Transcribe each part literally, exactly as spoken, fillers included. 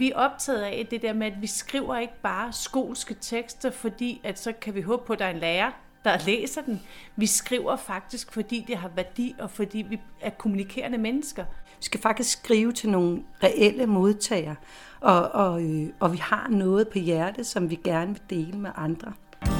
vi er optaget af det der med, at vi skriver ikke bare skolske tekster, fordi at så kan vi håbe på, at der er en lærer, der læser den. Vi skriver faktisk, fordi det har værdi, og fordi vi er kommunikerende mennesker. Vi skal faktisk skrive til nogle reelle modtagere, og, og, øh, og vi har noget på hjertet, som vi gerne vil dele med andre.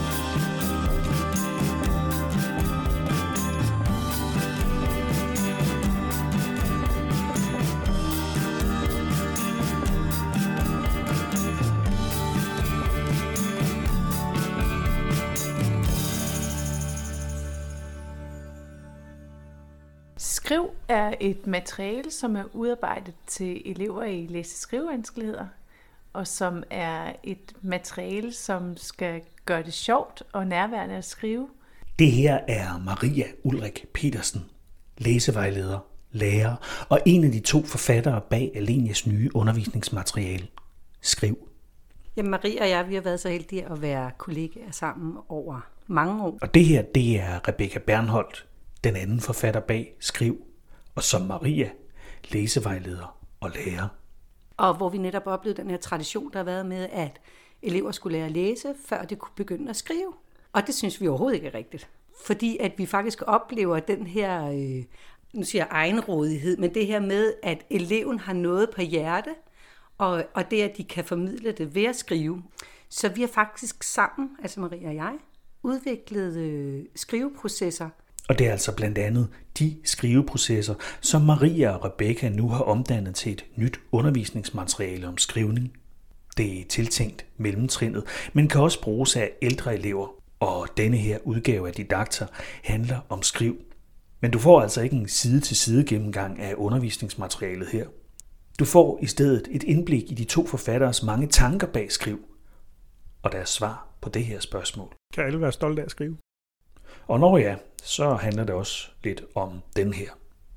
Skriv er et materiale, som er udarbejdet til elever i læse-skrivevanskeligheder, og som er et materiale, som skal gøre det sjovt og nærværende at skrive. Det her er Maria Ulrik Petersen, læsevejleder, lærer og en af de to forfattere bag Alenias nye undervisningsmateriale, Skriv. Jamen Maria og jeg, vi har været så heldige at være kollegaer sammen over mange år. Og det her, det er Rebecca Bernholdt, den anden forfatter bag Skriv, og som Maria, læsevejleder og lærer. Og hvor vi netop oplevede den her tradition, der har været med, at elever skulle lære at læse, før de kunne begynde at skrive. Og det synes vi overhovedet ikke er rigtigt. Fordi at vi faktisk oplever den her, øh, nu siger jeg egenrådighed, men det her med, at eleven har noget på hjerte, og, og det, at de kan formidle det ved at skrive. Så vi har faktisk sammen, altså Maria og jeg, udviklet øh, skriveprocesser. Og det er altså blandt andet de skriveprocesser, som Maria og Rebecca nu har omdannet til et nyt undervisningsmateriale om skrivning. Det er tiltænkt mellemtrinnet, men kan også bruges af ældre elever. Og denne her udgave af Didakter handler om skriv. Men du får altså ikke en side-til-side gennemgang af undervisningsmaterialet her. Du får i stedet et indblik i de to forfatteres mange tanker bag Skriv, og deres svar på det her spørgsmål. Kan alle være stolte af at skrive? Og når ja, så handler det også lidt om den her.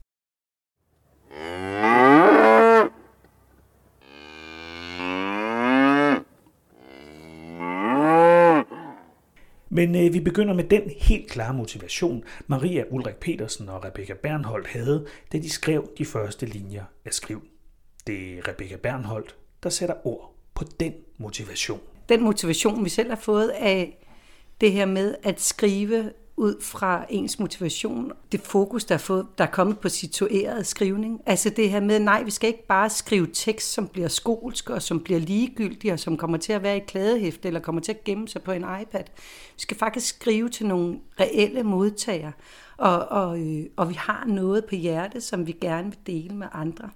Men øh, vi begynder med den helt klare motivation, Maria Ulrik Petersen og Rebecca Bernholdt havde, da de skrev de første linjer af Skriv. Det er Rebecca Bernholdt, der sætter ord på den motivation. Den motivation, vi selv har fået af det her med at skrive ud fra ens motivation, det fokus, der er, fået, der er kommet på situeret skrivning. Altså det her med, nej, vi skal ikke bare skrive tekst, som bliver skolsk, og som bliver ligegyldig, og som kommer til at være i kladehæfte, eller kommer til at gemme sig på en iPad. Vi skal faktisk skrive til nogle reelle modtagere, og, og, øh, og vi har noget på hjertet, som vi gerne vil dele med andre.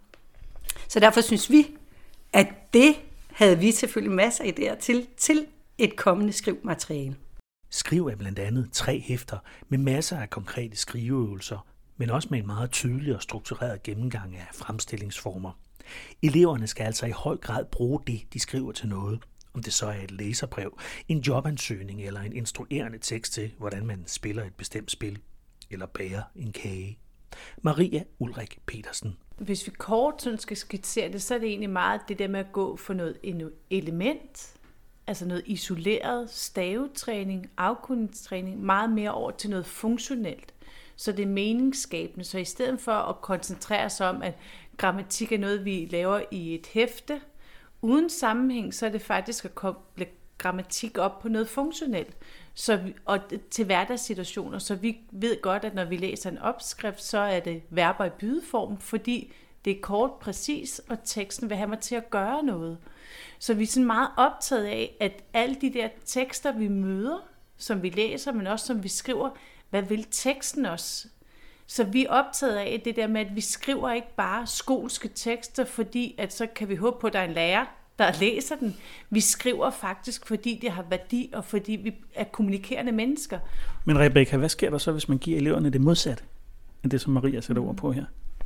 Så derfor synes vi, at det havde vi selvfølgelig masser af idéer til, til et kommende skrivmateriale. Skriv er blandt andet tre hæfter med masser af konkrete skriveøvelser, men også med en meget tydelig og struktureret gennemgang af fremstillingsformer. Eleverne skal altså i høj grad bruge det, de skriver til noget, om det så er et læserbrev, en jobansøgning eller en instruerende tekst til, hvordan man spiller et bestemt spil eller bager en kage. Maria Ulrik Petersen. Hvis vi kort sådan skal skitsere det, så er det egentlig meget det der med at gå for noget element, altså noget isoleret stavetræning, afkundningstræning, meget mere over til noget funktionelt. Så det er meningsskabende. Så i stedet for at koncentrere sig om, at grammatik er noget, vi laver i et hæfte, uden sammenhæng, så er det faktisk at koble grammatik op på noget funktionelt. Så vi, og til hverdagssituationer, så vi ved godt, at når vi læser en opskrift, så er det verber i bydeform, fordi det er kort, præcis, og teksten vil have mig til at gøre noget. Så vi er sådan meget optaget af, at alle de der tekster, vi møder, som vi læser, men også som vi skriver, hvad vil teksten også? Så vi er optaget af det der med, at vi skriver ikke bare skolske tekster, fordi at så kan vi håbe på, at der er en lærer, der læser den. Vi skriver faktisk, fordi det har værdi, og fordi vi er kommunikerende mennesker. Men Rebecca, hvad sker der så, hvis man giver eleverne det modsatte af det, som Maria sætter ord på her?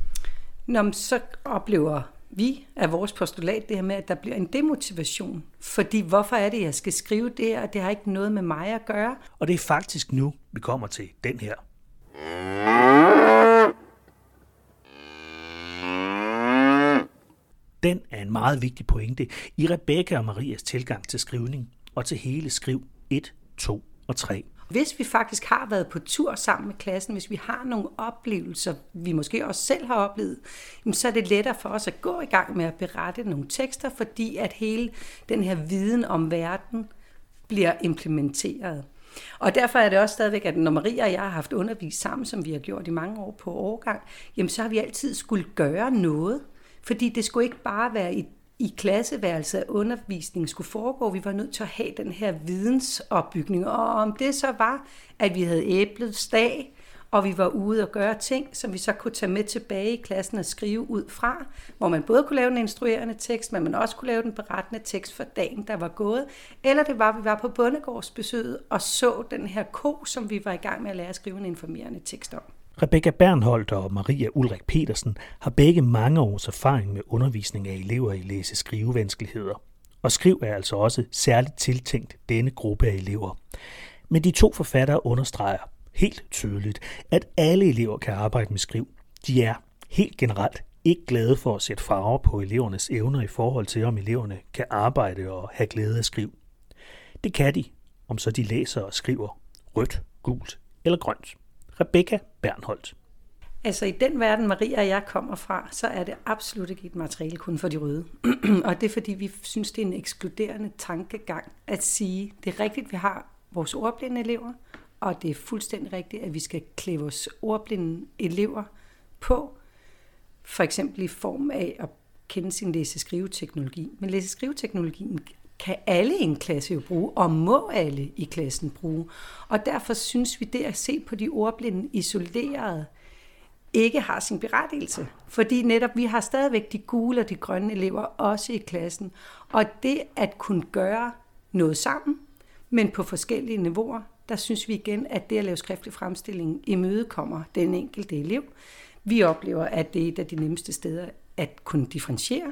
Nå, men så oplever vi af vores postulat det her med, at der bliver en demotivation. Fordi hvorfor er det, jeg skal skrive det her, og det har ikke noget med mig at gøre. Og det er faktisk nu, vi kommer til den her. Den er en meget vigtig pointe i Rebecca og Marias tilgang til skrivning og til hele Skriv et, to og tre. Hvis vi faktisk har været på tur sammen med klassen, hvis vi har nogle oplevelser, vi måske også selv har oplevet, så er det lettere for os at gå i gang med at berette nogle tekster, fordi at hele den her viden om verden bliver implementeret. Og derfor er det også stadigvæk, at når Maria og jeg har haft undervist sammen, som vi har gjort i mange år på årgang, jamen så har vi altid skulle gøre noget, fordi det skulle ikke bare være i i klasseværelset, at undervisningen skulle foregå. Vi var nødt til at have den her vidensopbygning. Og om det så var, at vi havde æblets dag, og vi var ude og gøre ting, som vi så kunne tage med tilbage i klassen og skrive ud fra, hvor man både kunne lave den instruerende tekst, men man også kunne lave den berettende tekst for dagen, der var gået. Eller det var, at vi var på bondegårdsbesøget og så den her ko, som vi var i gang med at lære at skrive en informerende tekst om. Rebecca Bernholt og Maria Ulrik Petersen har begge mange års erfaring med undervisning af elever i læse-skrivevanskeligheder. Og skriv er altså også særligt tiltænkt denne gruppe af elever. Men de to forfattere understreger helt tydeligt, at alle elever kan arbejde med skriv. De er helt generelt ikke glade for at sætte farver på elevernes evner i forhold til, om eleverne kan arbejde og have glæde af skriv. Det kan de, om så de læser og skriver rødt, gult eller grønt. Rebecca Bernholt. Altså i den verden, Maria og jeg kommer fra, så er det absolut ikke et materiale kun for de røde. Og det er fordi, vi synes, det er en ekskluderende tankegang at sige, det er rigtigt, vi har vores ordblinde elever, og det er fuldstændig rigtigt, at vi skal klæde vores ordblinde elever på, for eksempel i form af at kende sin læse-skriveteknologi. Men læse-skriveteknologien kan alle i en klasse jo bruge, og må alle i klassen bruge. Og derfor synes vi, det at se på de ordblinde isoleret, ikke har sin berettigelse. Fordi netop vi har stadigvæk de gule og de grønne elever også i klassen. Og det at kunne gøre noget sammen, men på forskellige niveauer, der synes vi igen, at det at lave skriftlig fremstilling imødekommer den enkelte elev. Vi oplever, at det er et af de nemmeste steder at kunne differentiere.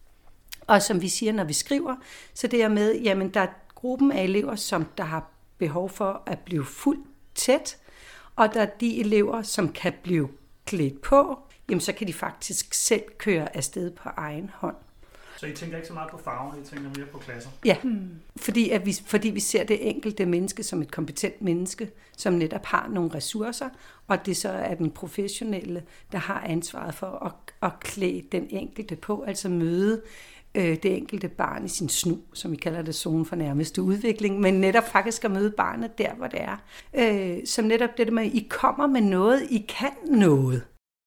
Og som vi siger, når vi skriver, så det er med, jamen der er gruppen af elever, som der har behov for at blive fuldt tæt, og der er de elever, som kan blive klædt på, jamen så kan de faktisk selv køre afsted på egen hånd. Så I tænker ikke så meget på farver, I tænker mere på klasser? Ja, hmm. fordi, at vi, fordi vi ser det enkelte menneske som et kompetent menneske, som netop har nogle ressourcer, og det så er den professionelle, der har ansvaret for at, at klæde den enkelte på, altså møde øh, det enkelte barn i sin snu, som vi kalder det zone for nærmeste udvikling, men netop faktisk at møde barnet der, hvor det er. Øh, som netop det der med, at I kommer med noget, I kan noget.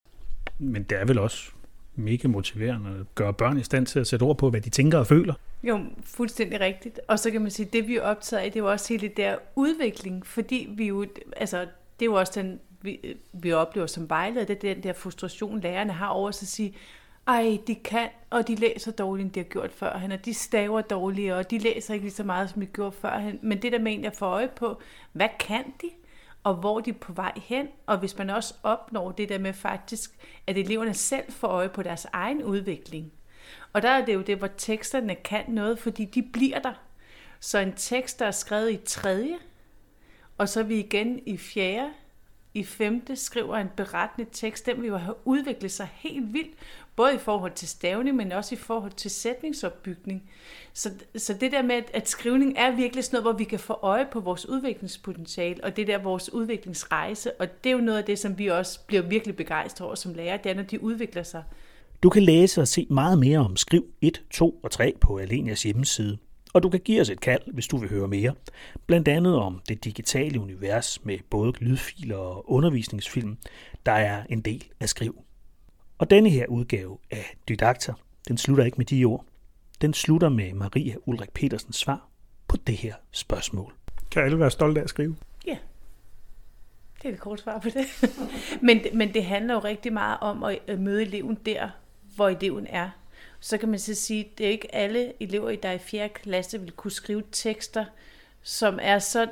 Men det er vel også mega motiverende at gøre børn i stand til at sætte ord på, hvad de tænker og føler. Jo, fuldstændig rigtigt. Og så kan man sige, at det vi er optaget af, det er jo også hele det der udvikling, fordi vi jo, altså det er jo også den, vi, vi oplever som vejleder, det er den der frustration, lærerne har over sig at sige, ej, de kan, og de læser dårligt, end de har gjort førhen, og de staver dårligt, og de læser ikke lige så meget, som de gjorde førhen. Men det der med egentlig at få øje på, hvad kan de? Og hvor de er på vej hen, og hvis man også opnår det der med faktisk, at eleverne selv får øje på deres egen udvikling. Og der er det jo det, hvor teksterne kan noget, fordi de bliver der. Så en tekst, der er skrevet i tredje, og så er vi igen i fjerde, i femte skriver en berettende tekst, den vil jo have udviklet sig helt vildt, både i forhold til stavning, men også i forhold til sætningsopbygning. Så, så det der med, at, at skrivning er virkelig sådan noget, hvor vi kan få øje på vores udviklingspotentiale, og det der vores udviklingsrejse, og det er jo noget af det, som vi også bliver virkelig begejstret over som lærer, det er, når de udvikler sig. Du kan læse og se meget mere om Skriv et, to og tre på Alenias hjemmeside. Og du kan give os et kald, hvis du vil høre mere. Blandt andet om det digitale univers med både lydfiler og undervisningsfilm, der er en del af Skriv. Og denne her udgave af Didakter, den slutter ikke med de ord. Den slutter med Maria Ulrik Petersens svar på det her spørgsmål. Kan alle være stolte af at skrive? Ja, det er det korte svar på det. men, men det handler jo rigtig meget om at møde eleven der, hvor eleven er. Så kan man så sige, at det er ikke alle elever, der i fjerde klasse vil kunne skrive tekster, som er så,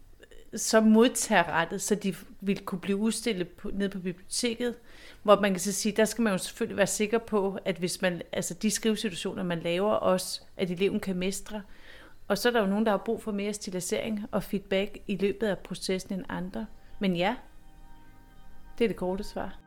så modtagerrettet, så de vil kunne blive udstillet på, nede på biblioteket, hvor man kan så sige, der skal man jo selvfølgelig være sikker på, at hvis man, altså de skrivesituationer, man laver også, at eleven kan mestre. Og så er der jo nogen, der har brug for mere stilisering og feedback i løbet af processen end andre. Men ja, det er det korte svar.